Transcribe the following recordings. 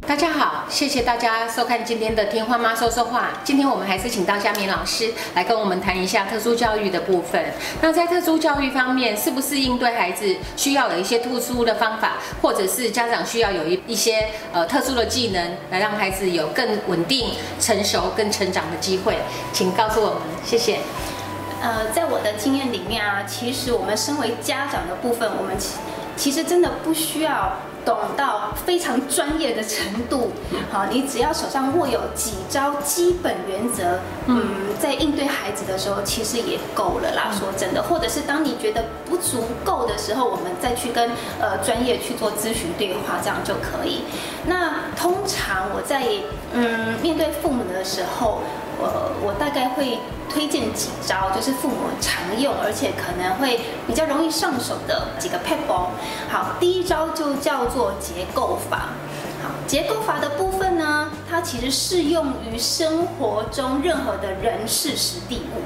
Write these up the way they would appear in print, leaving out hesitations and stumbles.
大家好，谢谢大家收看今天的听花妈说说话。今天我们还是请到嘉明老师来跟我们谈一下特殊教育的部分。那在特殊教育方面，是不是应对孩子需要有一些特殊的方法，或者是家长需要有一些特殊的技能，来让孩子有更稳定、成熟跟成长的机会？请告诉我们，谢谢。 在我的经验里面啊，其实我们身为家长的部分，我们其实真的不需要懂到非常专业的程度。好，你只要手上握有几招基本原则，在应对孩子的时候，其实也够了啦。说真的，或者是当你觉得不足够的时候，我们再去跟专业去做咨询对话，这样就可以。那通常我在面对父母的时候，我大概会推荐几招，就是父母常用，而且可能会比较容易上手的几个 pebble。好，第一招就叫做结构法。好，结构法的部分呢，它其实适用于生活中任何的人事时地物。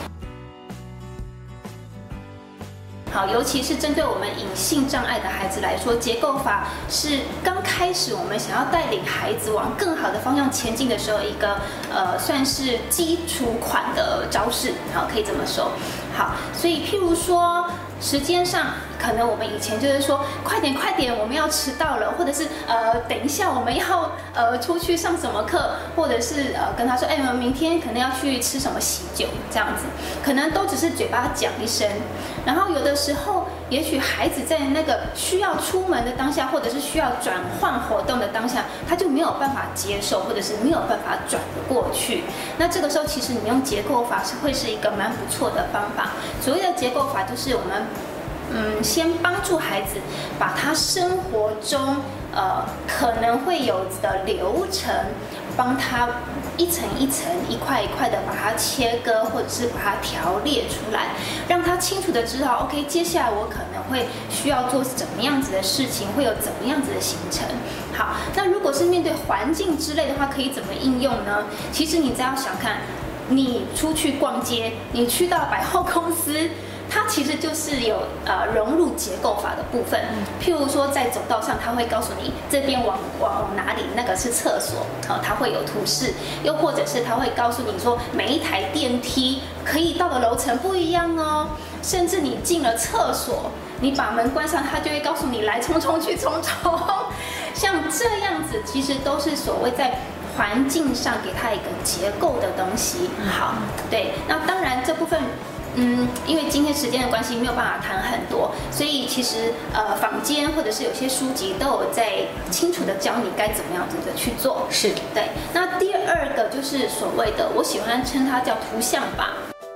好，尤其是针对我们隐性障碍的孩子来说，结构法是刚开始我们想要带领孩子往更好的方向前进的时候，一个算是基础款的招式，好，可以这么说。好，所以譬如说时间上，可能我们以前就是说快点快点，我们要迟到了，或者是等一下我们要出去上什么课，或者是跟他说，我们明天可能要去吃什么喜酒，这样子，可能都只是嘴巴讲一声。然后有的时候，也许孩子在那个需要出门的当下，或者是需要转换活动的当下，他就没有办法接受，或者是没有办法转得过去。那这个时候，其实你用结构法会是一个蛮不错的方法。所谓的结构法，就是我们先帮助孩子把他生活中可能会有的流程，帮他一层一层、一块一块的把它切割，或者是把它条列出来，让他清楚的知道 ，OK， 接下来我可能会需要做怎么样子的事情，会有怎么样子的行程。好，那如果是面对环境之类的话，可以怎么应用呢？其实你只要想看，你出去逛街，你去到百货公司。它其实就是有融入结构法的部分，譬如说在走道上，它会告诉你这边往哪里，那个是厕所，它会有图示；又或者是它会告诉你说每一台电梯可以到的楼层不一样哦，甚至你进了厕所，你把门关上，它就会告诉你来冲冲去冲冲，像这样子，其实都是所谓在环境上给它一个结构的东西。好，对，那当然这部分。因为今天时间的关系没有办法谈很多，所以其实坊间或者是有些书籍都有在清楚的教你该怎么样子的去做。 是对。那第二个就是所谓的，我喜欢称它叫图像法。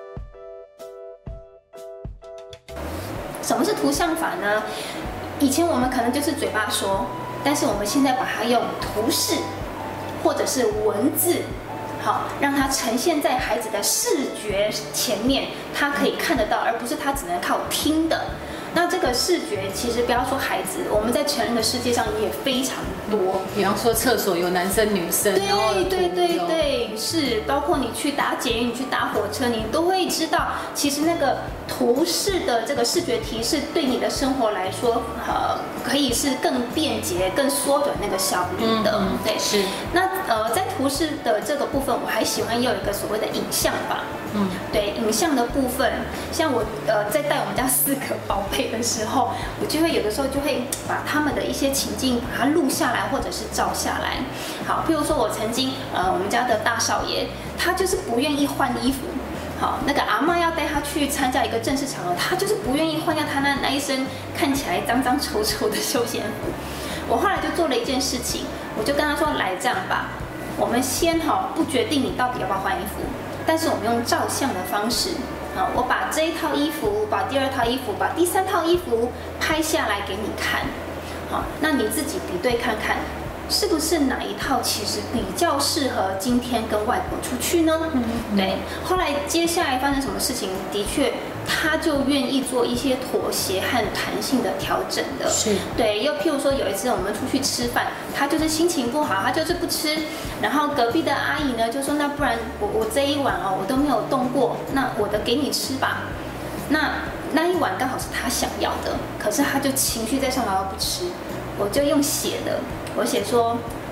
什么是图像法呢？以前我们可能就是嘴巴说，但是我们现在把它用图示或者是文字。好，让它呈现在孩子的视觉前面，他可以看得到，而不是他只能靠听的。那这个视觉，其实不要说孩子，我们在成人的世界上也非常多。 比方说厕所有男生女生， 对，是包括你去搭捷运、你去搭火车，你都会知道，其实那个图示的这个视觉提示，对你的生活来说，可以是更便捷、更缩短那个效率的。对， 是。 那在图示的这个部分，我还喜欢有一个所谓的影像法。对，影像的部分，像我在带我们家4个宝贝的时候，我就会有的时候就会把他们的一些情境把它录下来，或者是照下来。好，譬如说我曾经我们家的大少爷，他就是不愿意换衣服。好，那个阿嬷要带他去参加一个正式场合，他就是不愿意换掉他那一身看起来脏脏丑丑的休闲服。我后来就做了一件事情，我就跟他说：“来，这样吧，我们先不决定你到底要不要换衣服。”但是我们用照相的方式，我把这一套衣服、把第2套衣服、把第3套衣服拍下来给你看，好，那你自己比对看看，是不是哪一套其实比较适合今天跟外婆出去呢？对。后来接下来发生什么事情？的确，他就愿意做一些妥协和弹性的调整的。 是。对。 又譬如说，有一次我们出去吃饭，他就是心情不好，他就是不吃。然后隔壁的阿姨呢就说：“那不然我这一碗我都没有动过，那我的给你吃吧。”那一碗刚好是他想要的，可是他就情绪在上来不吃，我就用写的，我写说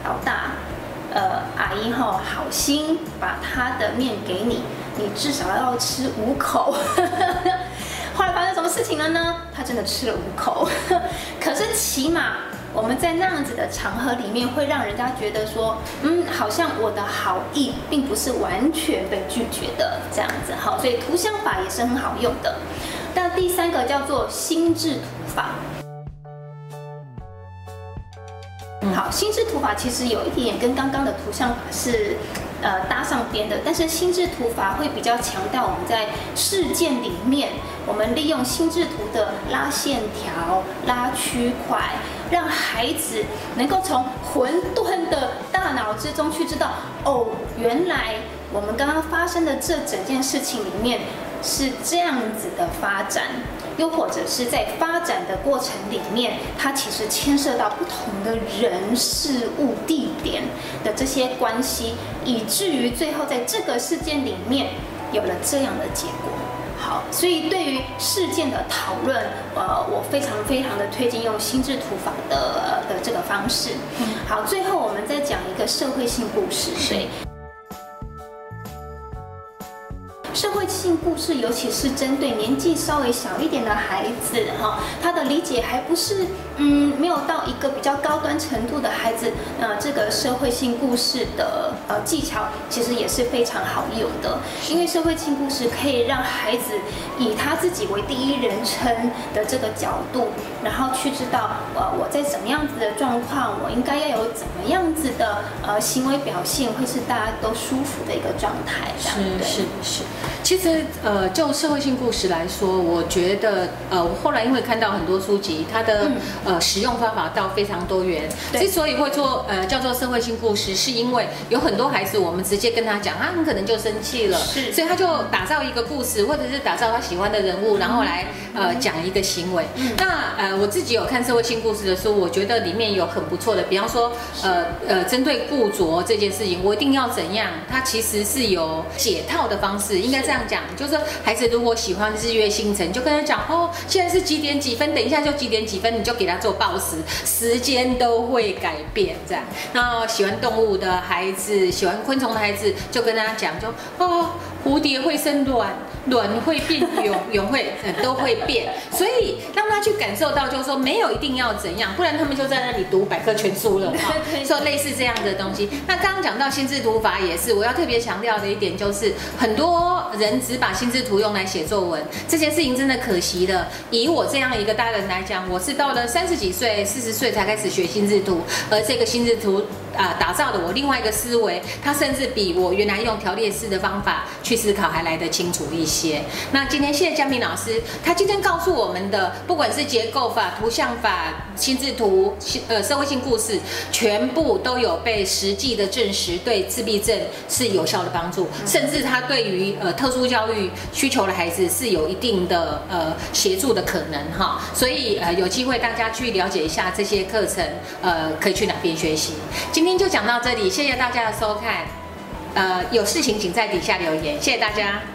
老大，阿姨好心把她的面给你，你至少要吃5口。后来发生什么事情了呢？他真的吃了5口，可是起码我们在那样子的场合里面，会让人家觉得说，好像我的好意并不是完全被拒绝的这样子。好，所以图像法也是很好用的。那第3个叫做心智图法。好，心智图法其实有一点跟刚刚的图像法是搭上边的，但是心智图法会比较强调我们在事件里面，我们利用心智图的拉线条、拉区块，让孩子能够从混沌的大脑之中去知道，哦，原来我们刚刚发生的这整件事情里面是这样子的发展。又或者是在发展的过程里面，它其实牵涉到不同的人、事物、地点的这些关系，以至于最后在这个事件里面有了这样的结果。好，所以对于事件的讨论，我非常的推荐用心智图法的这个方式。好，最后我们再讲一个社会性故事。对。社会性故事，尤其是针对年纪稍微小一点的孩子，他的理解还不是没有到一个比较高端程度的孩子，这个社会性故事的技巧其实也是非常好用的，因为社会性故事可以让孩子以他自己为第一人称的这个角度，然后去知道我在怎么样子的状况，我应该要有怎么样子的行为表现，会是大家都舒服的一个状态。 是。其实就社会性故事来说，我觉得我后来因为看到很多书籍，它的使用方法倒非常多元。之所以会做叫做社会性故事，是因为有很多孩子，我们直接跟他讲，他很可能就生气了，所以他就打造一个故事，或者是打造他喜欢的人物，然后来讲一个行为。那我自己有看社会性故事的书，我觉得里面有很不错的，比方说针对固着这件事情，我一定要怎样，它其实是有解套的方式，应该这样讲，就是说孩子如果喜欢日月星辰，就跟他讲哦，现在是几点几分，等一下就几点几分，你就给他做报时，时间都会改变这样。然后喜欢动物的孩子，喜欢昆虫的孩子，就跟他讲，就蝴蝶会生卵，卵会变蛹，蛹会都会变，所以让他去感受到，就是说没有一定要怎样，不然他们就在那里读百科全书了哈。说类似这样的东西。那刚刚讲到心智图法也是，我要特别强调的一点就是，很多人只把心智图用来写作文，这件事情真的可惜了。以我这样一个大人来讲，我是到了30几岁、40岁才开始学心智图，而这个心智图打造的我另外一个思维，它甚至比我原来用条列式的方法去思考还来得清楚一些。那今天谢谢嘉明老师，他今天告诉我们的，不管是结构法、图像法、心智图、社会性故事，全部都有被实际的证实对自闭症是有效的帮助，甚至它对于特殊教育需求的孩子是有一定的协助的可能哈。所以有机会大家去了解一下这些课程，可以去哪边学习。今天就讲到这里，谢谢大家的收看。有事情请在底下留言，谢谢大家。